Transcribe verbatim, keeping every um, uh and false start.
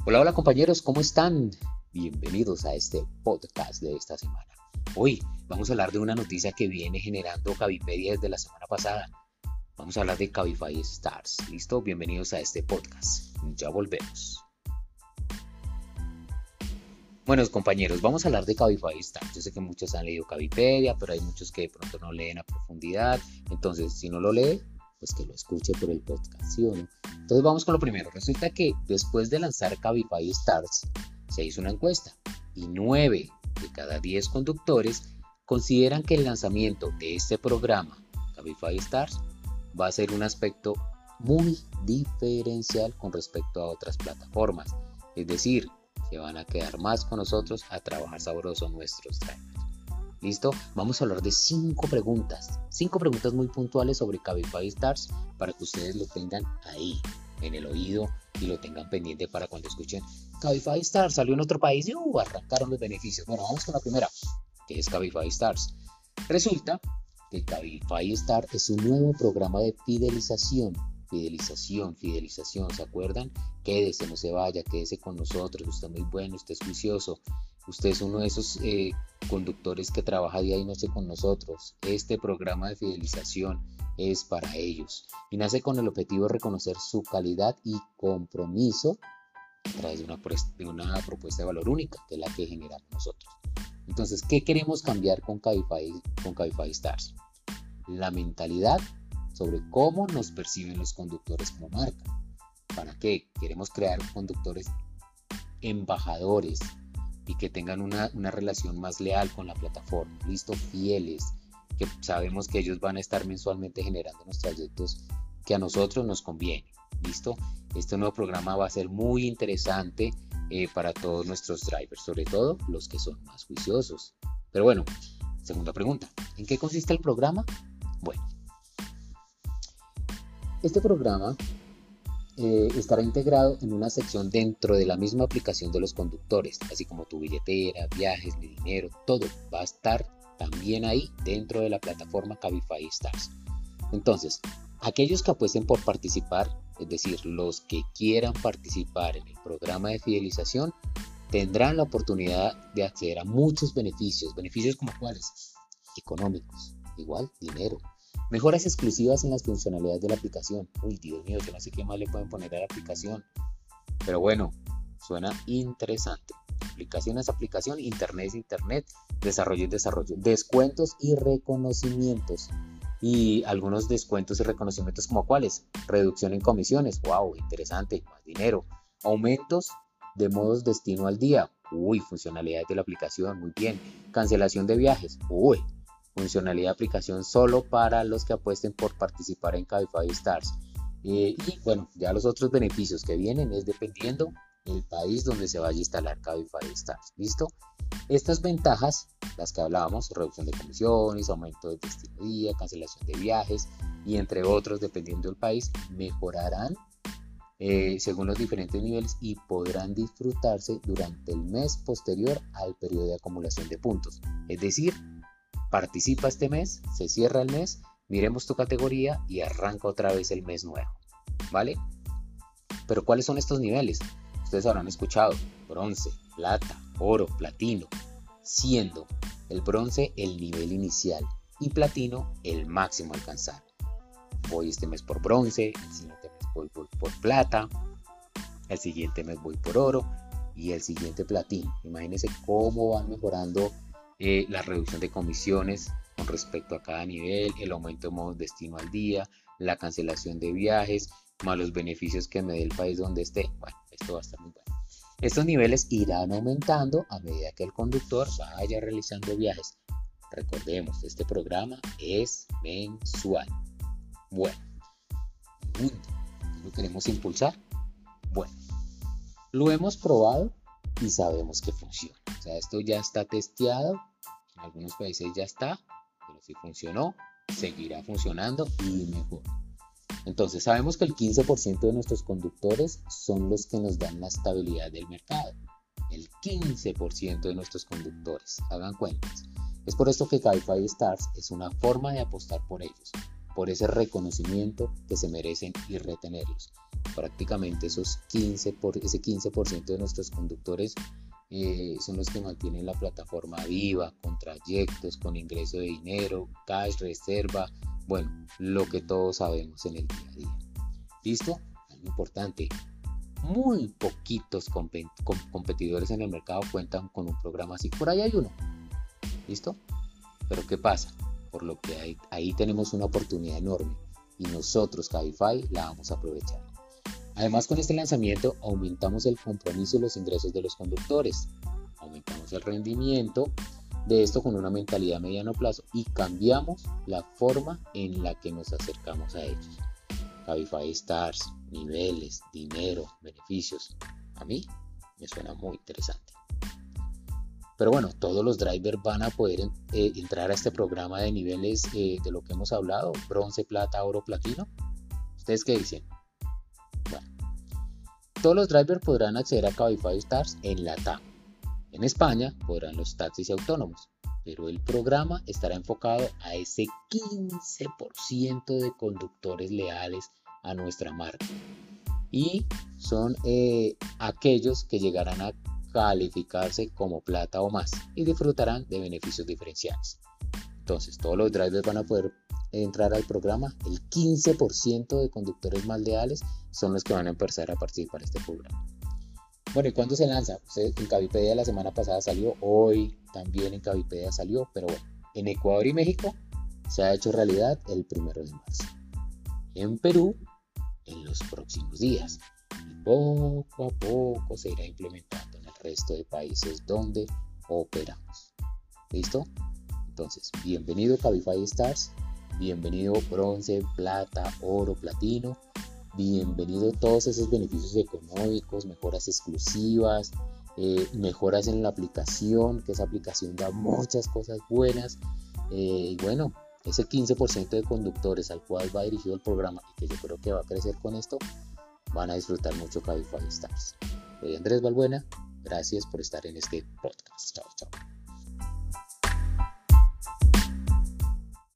Hola, hola compañeros, ¿cómo están? Bienvenidos a este podcast de esta semana. Hoy vamos a hablar de una noticia que viene generando Cabify desde la semana pasada. Vamos a hablar de Cabify Stars. ¿Listo? Bienvenidos a este podcast. Ya volvemos. Bueno, compañeros, vamos a hablar de Cabify Stars. Yo sé que muchos han leído Cabify, pero hay muchos que de pronto no leen a profundidad. Entonces, si no lo lee, pues que lo escuche por el podcast, ¿sí o no? Entonces vamos con lo primero. Resulta que después de lanzar Cabify Stars, se hizo una encuesta y nueve de cada diez conductores consideran que el lanzamiento de este programa, Cabify Stars, va a ser un aspecto muy diferencial con respecto a otras plataformas. Es decir, se van a quedar más con nosotros a trabajar sabroso nuestros drivers. ¿Listo? Vamos a hablar de cinco preguntas. Cinco preguntas muy puntuales sobre Cabify Stars para que ustedes lo tengan ahí, en el oído, y lo tengan pendiente para cuando escuchen Cabify Stars salió en otro país y uh, arrancaron los beneficios. Bueno, vamos con la primera, que es Cabify Stars. Resulta que Cabify Stars es un nuevo programa de fidelización. Fidelización, fidelización, ¿se acuerdan? Quédese, no se vaya, quédese con nosotros, usted es muy bueno, usted es juicioso. Usted es uno de esos eh, conductores que trabaja día y noche con nosotros. Este programa de fidelización es para ellos y nace con el objetivo de reconocer su calidad y compromiso a través de una, de una propuesta de valor única, que es la que generamos nosotros. Entonces, ¿qué queremos cambiar con Cabify, con Cabify Stars? La mentalidad sobre cómo nos perciben los conductores como marca. ¿Para qué? Queremos crear conductores embajadores y que tengan una, una relación más leal con la plataforma, listo, fieles, que sabemos que ellos van a estar mensualmente generando unos trayectos que a nosotros nos conviene, listo. Este nuevo programa va a ser muy interesante eh, para todos nuestros drivers, sobre todo los que son más juiciosos. Pero bueno, segunda pregunta, ¿en qué consiste el programa? Bueno, este programa Eh, estará integrado en una sección dentro de la misma aplicación de los conductores, así como tu billetera, viajes, mi dinero, todo va a estar también ahí dentro de la plataforma Cabify Stars. Entonces, aquellos que apuesten por participar, es decir, los que quieran participar en el programa de fidelización, tendrán la oportunidad de acceder a muchos beneficios. ¿Beneficios como cuáles? Económicos, igual, dinero. Mejoras exclusivas en las funcionalidades de la aplicación. Uy, Dios mío, yo no sé qué más le pueden poner a la aplicación. Pero bueno, suena interesante. Aplicación es aplicación, internet es internet, desarrollo es desarrollo. Descuentos y reconocimientos. Y algunos descuentos y reconocimientos como cuáles. Reducción en comisiones. Wow, interesante, más dinero. Aumentos de modos destino al día. Uy, funcionalidades de la aplicación, muy bien. Cancelación de viajes. Uy. Funcionalidad de aplicación solo para los que apuesten por participar en Cabify Stars. Eh, y bueno, ya los otros beneficios que vienen es dependiendo del país donde se vaya a instalar Cabify Stars. ¿Listo? Estas ventajas, las que hablábamos, reducción de comisiones, aumento de destino día, cancelación de viajes y entre otros, dependiendo del país, mejorarán eh, según los diferentes niveles y podrán disfrutarse durante el mes posterior al periodo de acumulación de puntos. Es decir, participa este mes, se cierra el mes, miremos tu categoría y arranca otra vez el mes nuevo, ¿vale? Pero ¿cuáles son estos niveles? Ustedes habrán escuchado, bronce, plata, oro, platino, siendo el bronce el nivel inicial y platino el máximo a alcanzar. Voy este mes por bronce, el siguiente mes voy por, por plata, el siguiente mes voy por oro y el siguiente platino. Imagínense cómo van mejorando Eh, la reducción de comisiones con respecto a cada nivel, el aumento de modos destino al día, la cancelación de viajes, más los beneficios que me dé el país donde esté. Bueno, esto va a estar muy bueno. Estos niveles irán aumentando a medida que el conductor vaya realizando viajes. Recordemos, este programa es mensual. Bueno, ¿lo queremos impulsar? Bueno, lo hemos probado y sabemos que funciona. O sea, esto ya está testeado, en algunos países ya está, pero si funcionó, seguirá funcionando y mejor. Entonces, sabemos que el quince por ciento de nuestros conductores son los que nos dan la estabilidad del mercado. El quince por ciento de nuestros conductores, hagan cuentas. Es por esto que Cabify Stars es una forma de apostar por ellos, por ese reconocimiento que se merecen y retenerlos. Prácticamente esos quince por, ese quince por ciento de nuestros conductores eh, son los que mantienen la plataforma viva, con trayectos, con ingreso de dinero, cash, reserva, bueno, lo que todos sabemos en el día a día. ¿Listo? Algo importante. Muy poquitos comp- com- competidores en el mercado cuentan con un programa así. Por ahí hay uno. ¿Listo? Pero ¿qué pasa? Por lo que hay, ahí tenemos una oportunidad enorme y nosotros, Cabify, la vamos a aprovechar. Además, con este lanzamiento aumentamos el compromiso y los ingresos de los conductores, aumentamos el rendimiento de esto con una mentalidad a mediano plazo y cambiamos la forma en la que nos acercamos a ellos. Cabify Stars, niveles, dinero, beneficios. A mí me suena muy interesante. Pero bueno, todos los drivers van a poder eh, entrar a este programa de niveles eh, de lo que hemos hablado, bronce, plata, oro, platino. ¿Ustedes qué dicen? Bueno, todos los drivers podrán acceder a Cabify Stars en LATAM. En España podrán los taxis y autónomos, pero el programa estará enfocado a ese quince por ciento de conductores leales a nuestra marca. Y son eh, aquellos que llegarán a calificarse como plata o más y disfrutarán de beneficios diferenciales. Entonces, todos los drivers van a poder entrar al programa. El quince por ciento de conductores más leales son los que van a empezar a participar en este programa. Bueno, ¿y cuándo se lanza? Pues en Cabipedia la semana pasada salió, hoy también en Cabipedia salió, pero bueno, en Ecuador y México se ha hecho realidad el primero de marzo. En Perú, en los próximos días. Y poco a poco se irá implementando en el resto de países donde operamos. ¿Listo? Entonces, bienvenido Cabify Stars, bienvenido bronce, plata, oro, platino, bienvenido todos esos beneficios económicos, mejoras exclusivas, eh, mejoras en la aplicación, que esa aplicación da muchas cosas buenas, eh, y bueno, ese quince por ciento de conductores al cual va dirigido el programa y que yo creo que va a crecer con esto, van a disfrutar mucho Cabify Stars. Soy Andrés Balbuena, gracias por estar en este podcast. Chao, chao.